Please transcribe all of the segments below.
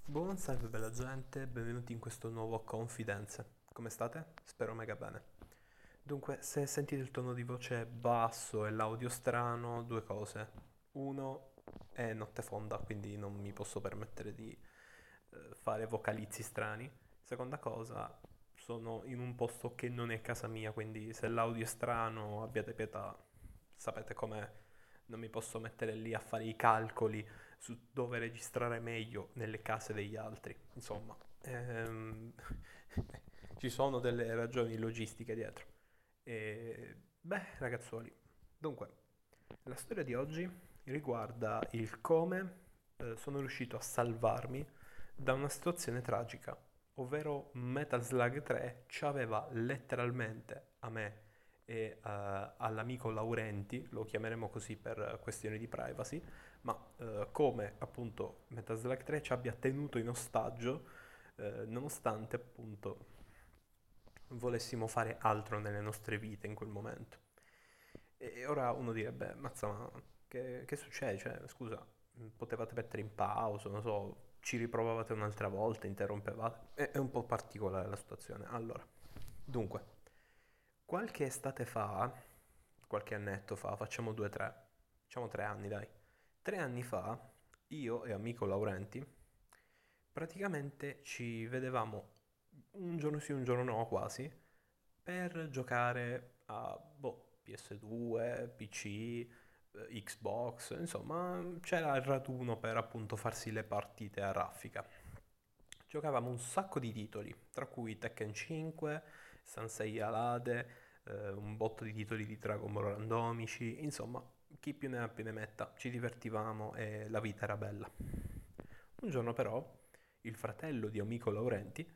Buon salve bella gente, benvenuti in questo nuovo Confidenze. Come state? Spero mega bene. Dunque, se sentite il tono di voce basso e l'audio strano, due cose. Uno, è notte fonda, quindi non mi posso permettere di fare vocalizzi strani. Seconda cosa, sono in un posto che non è casa mia, quindi se l'audio è strano, abbiate pietà. Sapete com'è, non mi posso mettere lì a fare i calcoli su dove registrare meglio nelle case degli altri. Insomma, ci sono delle ragioni logistiche dietro. Beh, ragazzuoli, dunque, la storia di oggi riguarda il come sono riuscito a salvarmi da una situazione tragica, ovvero Metal Slug 3 ci aveva letteralmente a me e all'amico Laurenti, lo chiameremo così per questioni di privacy, ma come appunto Metal Slug 3 ci abbia tenuto in ostaggio nonostante appunto volessimo fare altro nelle nostre vite in quel momento. E ora uno direbbe, mazza, ma che succede? Cioè, scusa, potevate mettere in pausa, non so, ci riprovavate un'altra volta, interrompevate? È un po' particolare la situazione. Allora, dunque, qualche estate fa, qualche annetto fa, facciamo 2-3, facciamo 3 anni dai. 3 anni fa, io e amico Laurenti, praticamente ci vedevamo un giorno sì, un giorno no quasi, per giocare a boh, PS2, PC, Xbox, insomma c'era il raduno per appunto farsi le partite a raffica. Giocavamo un sacco di titoli, tra cui Tekken 5, Sansei Alade, un botto di titoli di Dragon Ball randomici, insomma, chi più ne ha più ne metta, ci divertivamo e la vita era bella. Un giorno però il fratello di amico Laurenti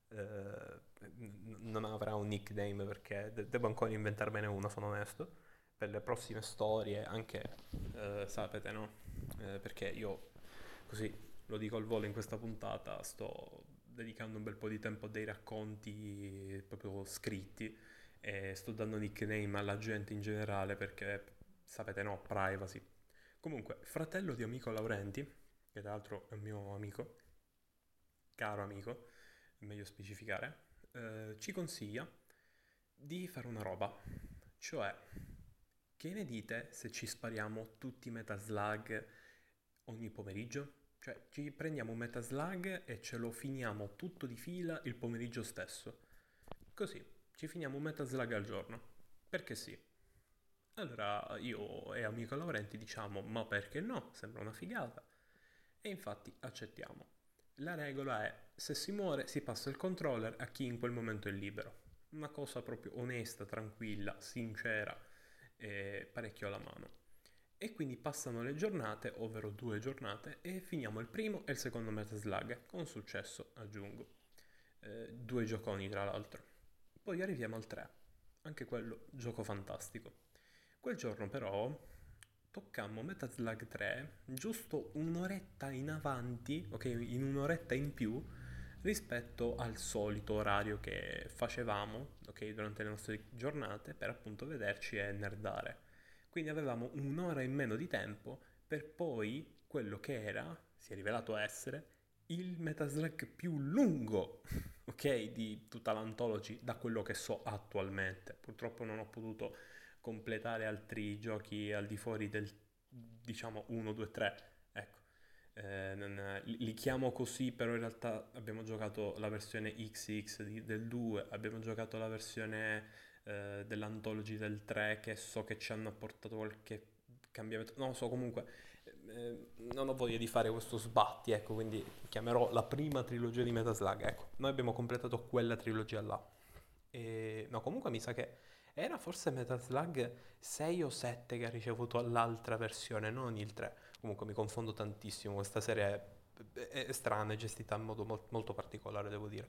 non avrà un nickname perché devo ancora inventarmene uno, sono onesto, per le prossime storie, anche, sapete, no? Perché io, così lo dico al volo in questa puntata, sto dedicando un bel po' di tempo a dei racconti proprio scritti e sto dando nickname alla gente in generale perché, sapete, no? Privacy. Comunque, fratello di amico Laurenti, che tra l'altro è un mio amico, caro amico, è meglio specificare, ci consiglia di fare una roba, cioè che ne dite se ci spariamo tutti i Metaslug ogni pomeriggio? Cioè ci prendiamo un Metaslug e ce lo finiamo tutto di fila il pomeriggio stesso. Così ci finiamo un Metaslug al giorno. Perché sì. Allora io e amico Laurenti diciamo ma perché no? Sembra una figata. E infatti accettiamo. La regola è se si muore si passa il controller a chi in quel momento è libero. Una cosa proprio onesta, tranquilla, sincera e parecchio alla mano. E quindi passano le giornate, ovvero 2 giornate, e finiamo il primo e il secondo Metaslug, con successo, aggiungo. 2 gioconi tra l'altro. Poi arriviamo al 3, anche quello gioco fantastico. Quel giorno però toccammo Metal Slug 3 giusto un'oretta in avanti, ok, in un'oretta in più rispetto al solito orario che facevamo, ok, durante le nostre giornate per appunto vederci e nerdare. Quindi avevamo un'ora in meno di tempo per poi quello che era, si è rivelato essere, il Metal Slug più lungo, ok, di tutta l'Anthology da quello che so attualmente. Purtroppo non ho potuto completare altri giochi al di fuori del, diciamo, 1, 2, 3. Ecco, li chiamo così, però in realtà abbiamo giocato la versione XX del 2, abbiamo giocato la versione dell'Anthology del 3 che so che ci hanno apportato qualche cambiamento. Non lo so, comunque non ho voglia di fare questo sbatti, ecco, quindi chiamerò la prima trilogia di Metal Slug. Ecco, noi abbiamo completato quella trilogia là. E, no, comunque mi sa che era forse Metal Slug 6 o 7 che ha ricevuto l'altra versione, non il 3. Comunque mi confondo tantissimo, questa serie è strana, è gestita in modo molto particolare, devo dire.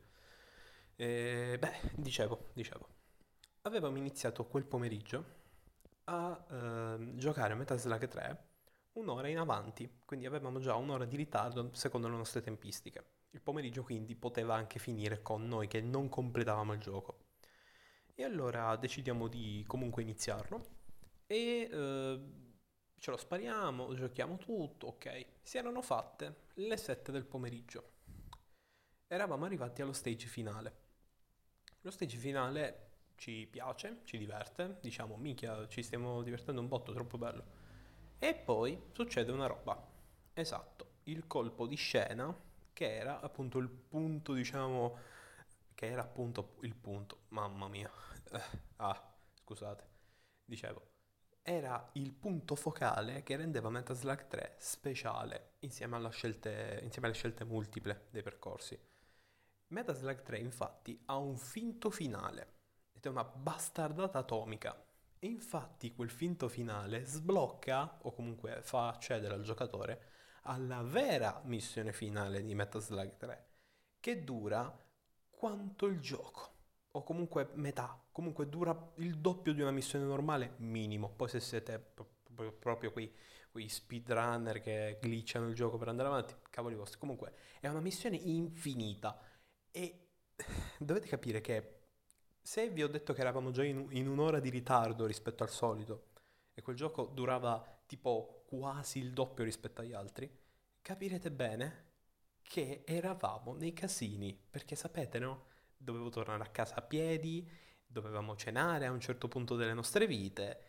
E, beh, dicevo. Avevamo iniziato quel pomeriggio a giocare a Metal Slug 3 un'ora in avanti, quindi avevamo già un'ora di ritardo secondo le nostre tempistiche. Il pomeriggio quindi poteva anche finire con noi che non completavamo il gioco. E allora decidiamo di comunque iniziarlo e ce lo spariamo, giochiamo tutto, ok. Si erano fatte le 7 del pomeriggio. eravamo arrivati allo stage finale. Lo stage finale ci piace, ci diverte, diciamo, minchia, ci stiamo divertendo un botto, troppo bello. E poi succede una roba. Esatto, il colpo di scena che era appunto il punto, diciamo, che era appunto il punto, mamma mia. Scusate, dicevo, era il punto focale che rendeva Metaslug 3 speciale insieme alle scelte multiple dei percorsi. Metaslug 3 infatti ha un finto finale ed è una bastardata atomica. E infatti quel finto finale sblocca o comunque fa accedere al giocatore alla vera missione finale di Metaslug 3, che dura quanto il gioco, o comunque metà, comunque dura il doppio di una missione normale minimo. Poi se siete proprio quei speedrunner che glitchano il gioco per andare avanti, cavoli vostri. Comunque è una missione infinita e dovete capire che se vi ho detto che eravamo già in un'ora di ritardo rispetto al solito e quel gioco durava tipo quasi il doppio rispetto agli altri, capirete bene che eravamo nei casini, perché sapete, no? Dovevo tornare a casa a piedi, dovevamo cenare a un certo punto delle nostre vite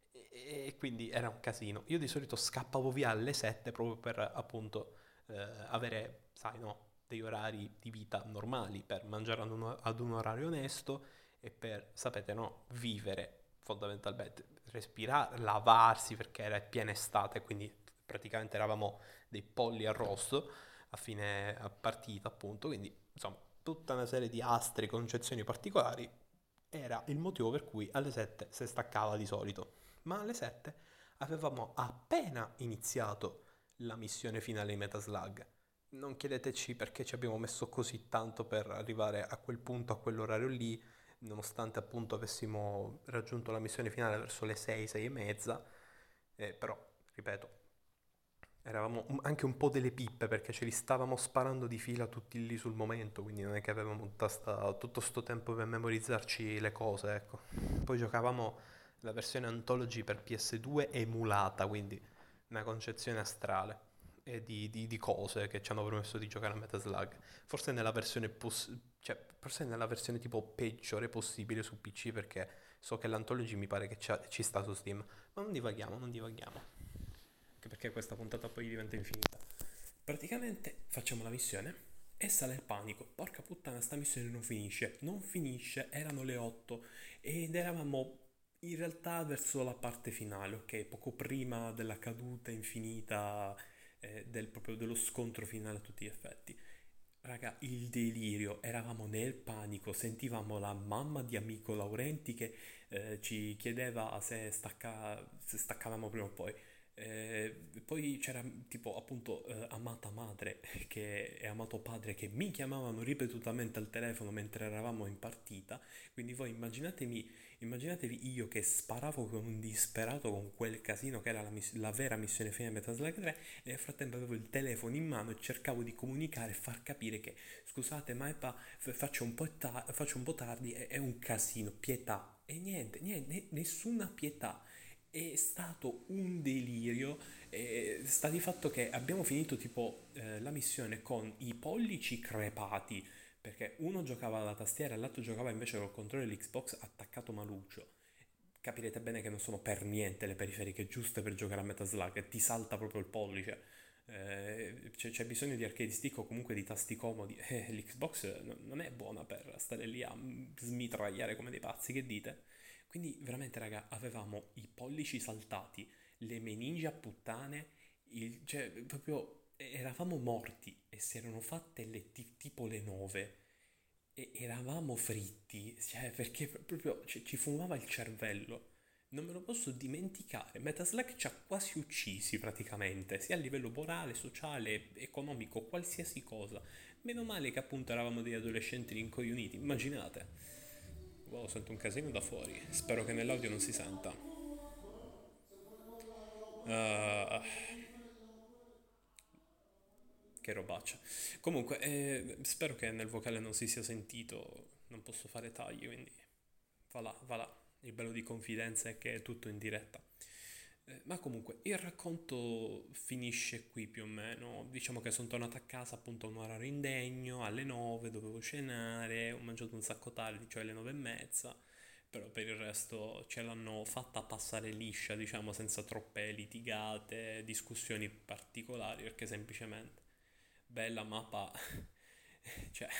e quindi era un casino. Io di solito scappavo via alle 7 proprio per appunto avere, sai, no, degli orari di vita normali per mangiare ad un orario onesto e per, sapete, no, vivere fondamentalmente, respirare, lavarsi perché era piena estate, quindi praticamente eravamo dei polli arrosto a fine partita, appunto, quindi insomma tutta una serie di astri, concezioni particolari era il motivo per cui alle 7 si staccava di solito, ma alle 7 avevamo appena iniziato la missione finale di Metaslug. Non chiedeteci perché ci abbiamo messo così tanto per arrivare a quel punto, a quell'orario lì, nonostante appunto avessimo raggiunto la missione finale verso le 6, 6 e mezza, però, ripeto, eravamo anche un po' delle pippe perché ce li stavamo sparando di fila tutti lì sul momento, quindi non è che avevamo tutto sto tempo per memorizzarci le cose, ecco. Poi giocavamo la versione Anthology per PS2 emulata, quindi una concezione astrale e di cose che ci hanno permesso di giocare a Metaslug. Forse nella versione tipo peggiore possibile su PC perché so che l'Anthology mi pare che ci sta su Steam. Ma non divaghiamo, non divaghiamo. Anche perché questa puntata poi diventa infinita. Praticamente facciamo la missione e sale il panico. Porca puttana, sta missione non finisce. Non finisce, erano le 8 ed eravamo in realtà verso la parte finale, ok? Poco prima della caduta infinita proprio dello scontro finale a tutti gli effetti. Raga, il delirio, eravamo nel panico, sentivamo la mamma di amico Laurenti che ci chiedeva se staccavamo prima o poi. Poi c'era tipo appunto amata madre e amato padre che mi chiamavano ripetutamente al telefono mentre eravamo in partita, quindi voi immaginatevi io che sparavo come un disperato con quel casino che era la vera missione fine Metal Slug 3 e nel frattempo avevo il telefono in mano e cercavo di comunicare e far capire che scusate ma faccio un po' tardi, è un casino, pietà. E niente, nessuna pietà. È stato un delirio. Sta di fatto che abbiamo finito tipo la missione con i pollici crepati perché uno giocava alla tastiera e l'altro giocava invece col controllo dell'Xbox attaccato maluccio. Capirete bene che non sono per niente le periferiche giuste per giocare a Metaslug e ti salta proprio il pollice. C'è bisogno di arcade stick o comunque di tasti comodi. L'Xbox non è buona per stare lì a smitragliare come dei pazzi, che dite? Quindi veramente raga, avevamo i pollici saltati, le meningi a puttane, cioè proprio eravamo morti e si erano fatte tipo le 9 e eravamo fritti, cioè perché proprio ci fumava il cervello. Non me lo posso dimenticare, Metaslack ci ha quasi uccisi praticamente, sia a livello morale, sociale, economico, qualsiasi cosa. Meno male che appunto eravamo degli adolescenti rincoglioniti, immaginate. Wow, sento un casino da fuori, spero che nell'audio non si senta. Ah, che robaccia. Comunque, spero che nel vocale non si sia sentito, non posso fare tagli, quindi va là, va là. Il bello di confidenza è che è tutto in diretta. Ma comunque, il racconto finisce qui più o meno. Diciamo che sono tornato a casa appunto a un orario indegno, alle 9, dovevo cenare, ho mangiato un sacco tardi, cioè alle 9 e mezza, però per il resto ce l'hanno fatta passare liscia, diciamo, senza troppe litigate, discussioni particolari, perché semplicemente, bella mappa, cioè,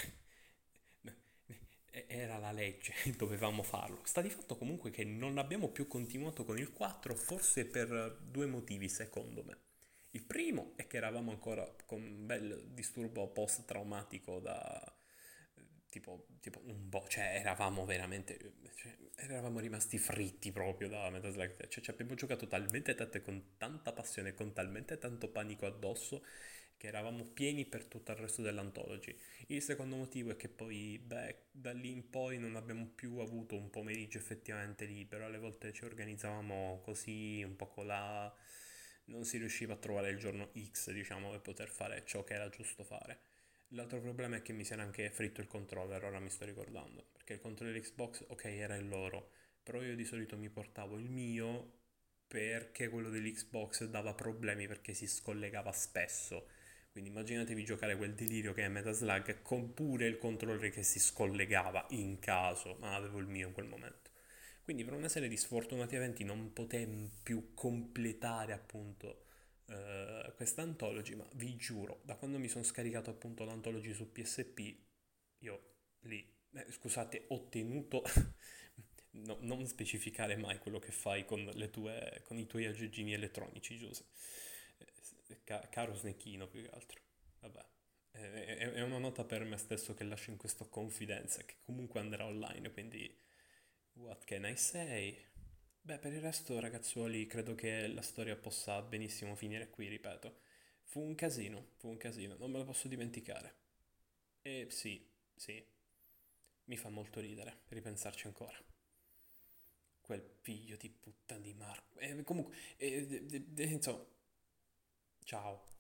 era la legge, dovevamo farlo. Sta di fatto comunque che non abbiamo più continuato con il 4, forse per due motivi, secondo me. Il primo è che eravamo ancora con un bel disturbo post-traumatico da tipo un po', cioè eravamo veramente, cioè, eravamo rimasti fritti proprio da Metal Slug, cioè ci abbiamo giocato talmente tanto e con tanta passione, con talmente tanto panico addosso che eravamo pieni per tutto il resto dell'Anthology. Il secondo motivo è che poi, beh, da lì in poi non abbiamo più avuto un pomeriggio effettivamente libero, alle volte ci organizzavamo così, un po' colà, non si riusciva a trovare il giorno X, diciamo, per poter fare ciò che era giusto fare. L'altro problema è che mi si era anche fritto il controller, ora mi sto ricordando, perché il controller Xbox, ok, era il loro, però io di solito mi portavo il mio perché quello dell'Xbox dava problemi perché si scollegava spesso. Quindi immaginatevi giocare quel delirio che è Metaslug con pure il controller che si scollegava in caso, ma avevo il mio in quel momento. Quindi per una serie di sfortunati eventi non potevo più completare appunto questa Anthology, ma vi giuro, da quando mi sono scaricato appunto l'Anthology su PSP, io lì, scusate, ho tenuto non specificare mai quello che fai con i tuoi aggeggini elettronici, Giuse. Caro Snecchino più che altro. Vabbè. È una nota per me stesso che lascio in questo confidenza, che comunque andrà online, quindi what can I say? Beh, per il resto, ragazzuoli, credo che la storia possa benissimo finire qui, ripeto. Fu un casino, non me lo posso dimenticare. E sì, sì, mi fa molto ridere ripensarci ancora. Quel figlio di puttana di Marco. Comunque, insomma, ciao.